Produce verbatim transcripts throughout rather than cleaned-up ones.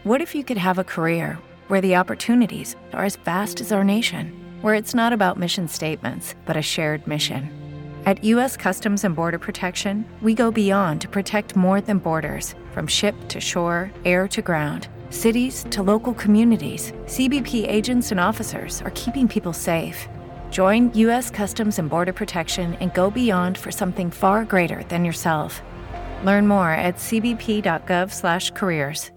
What if you could have a career where the opportunities are as vast as our nation, where it's not about mission statements, but a shared mission? At U S Customs and Border Protection, we go beyond to protect more than borders, from ship to shore, air to ground, cities to local communities. C B P agents and officers are keeping people safe. Join U S Customs and Border Protection and go beyond for something far greater than yourself. Learn more at c b p dot gov slash careers.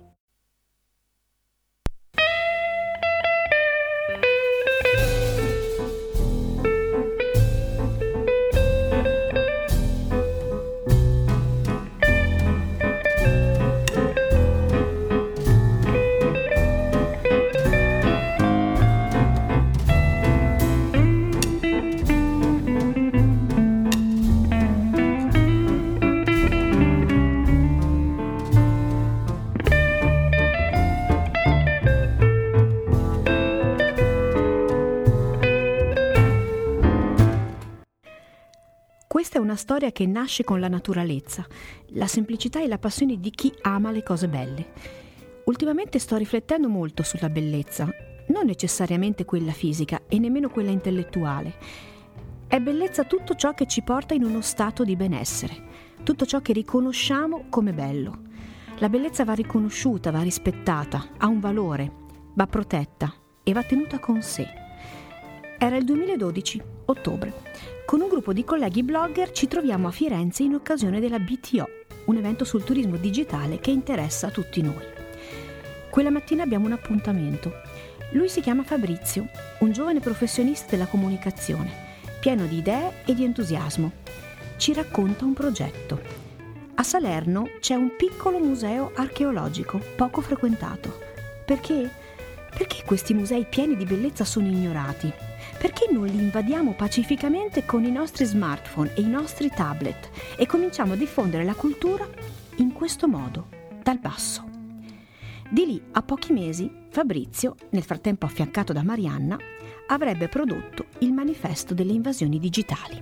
Questa è una storia che nasce con la naturalezza, la semplicità e la passione di chi ama le cose belle. Ultimamente sto riflettendo molto sulla bellezza, non necessariamente quella fisica e nemmeno quella intellettuale. È bellezza tutto ciò che ci porta in uno stato di benessere, tutto ciò che riconosciamo come bello. La bellezza va riconosciuta, va rispettata, ha un valore, va protetta e va tenuta con sé. Era il duemiladodici, ottobre. Con un gruppo di colleghi blogger ci troviamo a Firenze in occasione della B T O, un evento sul turismo digitale che interessa a tutti noi. Quella mattina abbiamo un appuntamento. Lui si chiama Fabrizio, un giovane professionista della comunicazione, pieno di idee e di entusiasmo. Ci racconta un progetto. A Salerno c'è un piccolo museo archeologico, poco frequentato. Perché? Perché questi musei pieni di bellezza sono ignorati? Perché non li invadiamo pacificamente con i nostri smartphone e i nostri tablet e cominciamo a diffondere la cultura in questo modo, dal basso? Di lì a pochi mesi Fabrizio, nel frattempo affiancato da Marianna, avrebbe prodotto il manifesto delle invasioni digitali.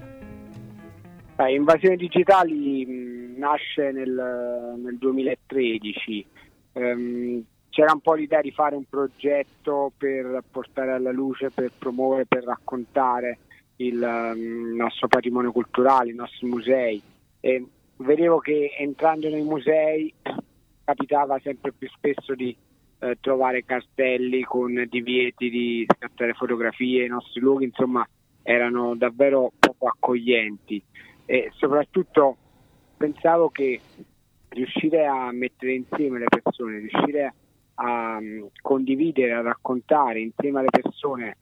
Eh, invasioni digitali mh, nasce nel, nel duemilatredici. Um, C'era un po' l'idea di fare un progetto per portare alla luce, per promuovere, per raccontare il um, nostro patrimonio culturale, i nostri musei. E vedevo che entrando nei musei capitava sempre più spesso di eh, trovare cartelli con divieti di scattare fotografie. I nostri luoghi, insomma, erano davvero poco accoglienti. E soprattutto pensavo che riuscire a mettere insieme le persone, riuscire a a condividere, a raccontare insieme alle persone,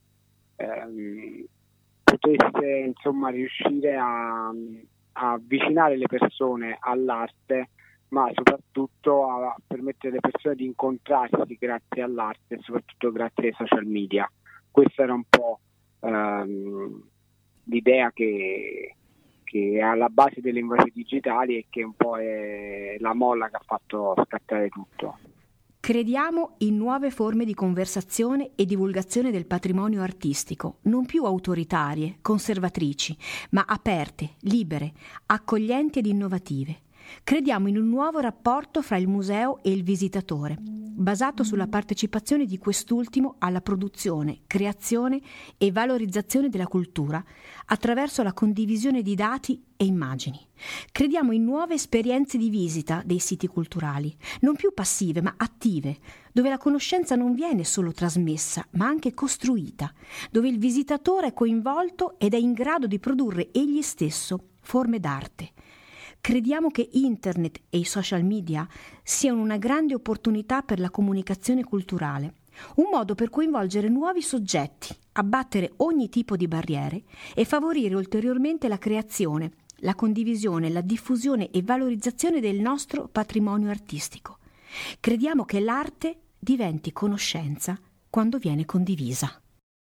ehm, potesse insomma riuscire a, a avvicinare le persone all'arte, ma soprattutto a permettere alle persone di incontrarsi grazie all'arte e soprattutto grazie ai social media. Questa era un po' ehm, l'idea che, che è alla base delle invasioni digitali e che un po' è la molla che ha fatto scattare tutto. Crediamo in nuove forme di conversazione e divulgazione del patrimonio artistico, non più autoritarie, conservatrici, ma aperte, libere, accoglienti ed innovative. Crediamo in un nuovo rapporto fra il museo e il visitatore, basato sulla partecipazione di quest'ultimo alla produzione, creazione e valorizzazione della cultura attraverso la condivisione di dati e immagini. Crediamo in nuove esperienze di visita dei siti culturali, non più passive ma attive, dove la conoscenza non viene solo trasmessa ma anche costruita, dove il visitatore è coinvolto ed è in grado di produrre egli stesso forme d'arte. Crediamo che internet e i social media siano una grande opportunità per la comunicazione culturale, un modo per coinvolgere nuovi soggetti, abbattere ogni tipo di barriere e favorire ulteriormente la creazione, la condivisione, la diffusione e valorizzazione del nostro patrimonio artistico. Crediamo che l'arte diventi conoscenza quando viene condivisa.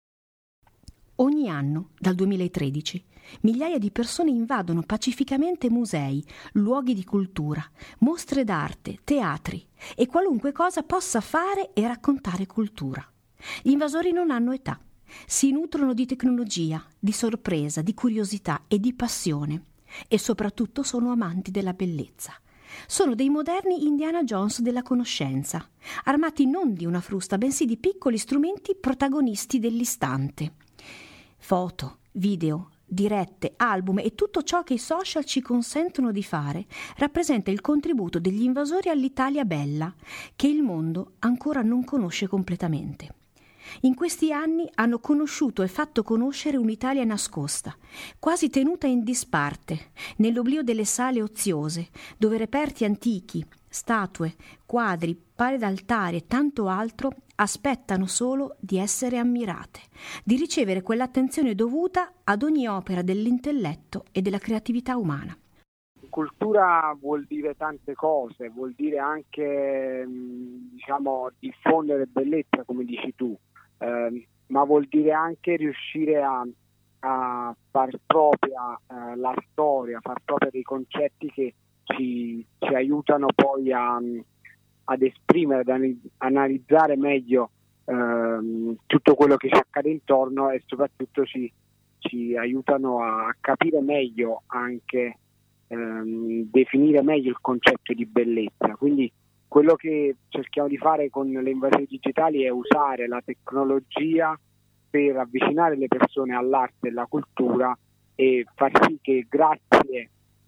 Ogni anno, dal duemilatredici, migliaia di persone invadono pacificamente musei, luoghi di cultura, mostre d'arte, teatri e qualunque cosa possa fare e raccontare cultura. Gli invasori non hanno età, si nutrono di tecnologia, di sorpresa, di curiosità e di passione e soprattutto sono amanti della bellezza. Sono dei moderni Indiana Jones della conoscenza, armati non di una frusta, bensì di piccoli strumenti protagonisti dell'istante. Foto, video, dirette, album e tutto ciò che i social ci consentono di fare rappresenta il contributo degli invasori all'Italia bella, che il mondo ancora non conosce completamente. In questi anni hanno conosciuto e fatto conoscere un'Italia nascosta, quasi tenuta in disparte, nell'oblio delle sale oziose, dove reperti antichi, statue, quadri, pale d'altare e tanto altro aspettano solo di essere ammirate, di ricevere quell'attenzione dovuta ad ogni opera dell'intelletto e della creatività umana. Cultura vuol dire tante cose, vuol dire anche, diciamo, diffondere bellezza, come dici tu. Eh, ma vuol dire anche riuscire a, a far propria eh, la storia, far propria dei concetti che ci, ci aiutano poi a, ad esprimere, ad analizzare meglio eh, tutto quello che ci accade intorno e soprattutto ci, ci aiutano a capire meglio anche, ehm, definire meglio il concetto di bellezza. Quindi quello che cerchiamo di fare con le invasioni digitali è usare la tecnologia per avvicinare le persone all'arte e alla cultura e far sì che grazie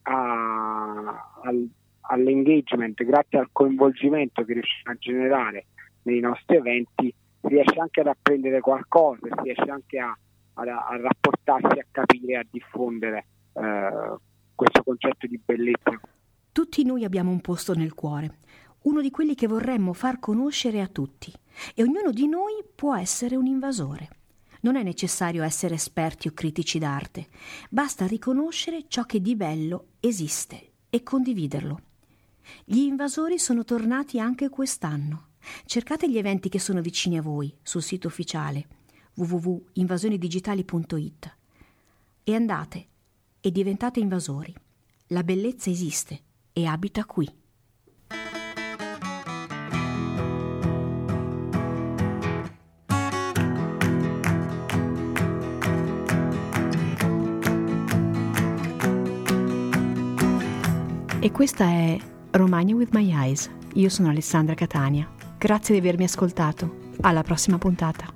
a, al, all'engagement, grazie al coinvolgimento che riusciamo a generare nei nostri eventi, si riesce anche ad apprendere qualcosa, si riesce anche a, a, a rapportarsi, a capire, a diffondere eh, questo concetto di bellezza. Tutti noi abbiamo un posto nel cuore, uno di quelli che vorremmo far conoscere a tutti, e ognuno di noi può essere un invasore. Non è necessario essere esperti o critici d'arte, basta riconoscere ciò che di bello esiste e condividerlo. Gli invasori sono tornati anche quest'anno. Cercate gli eventi che sono vicini a voi sul sito ufficiale w w w punto invasioni digitali punto i t e andate e diventate invasori. La bellezza esiste e abita qui. E questa è Romagna with My Eyes. Io sono Alessandra Catania. Grazie di avermi ascoltato. Alla prossima puntata.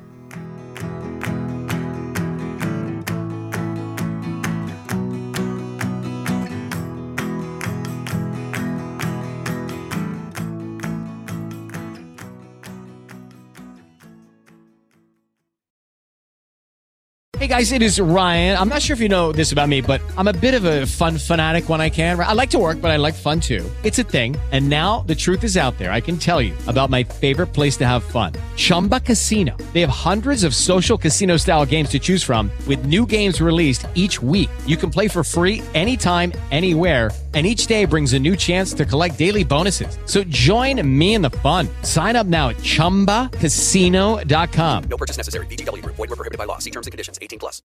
Hey guys, it is Ryan. I'm not sure if you know this about me, but I'm a bit of a fun fanatic when I can. I like to work, but I like fun too. It's a thing. And now the truth is out there. I can tell you about my favorite place to have fun. Chumba Casino. They have hundreds of social casino style games to choose from with new games released each week. You can play for free anytime, anywhere. And each day brings a new chance to collect daily bonuses. So join me in the fun. Sign up now at chumba casino dot com. No purchase necessary. V G W Group. Void where prohibited by law. See terms and conditions. eighteen plus.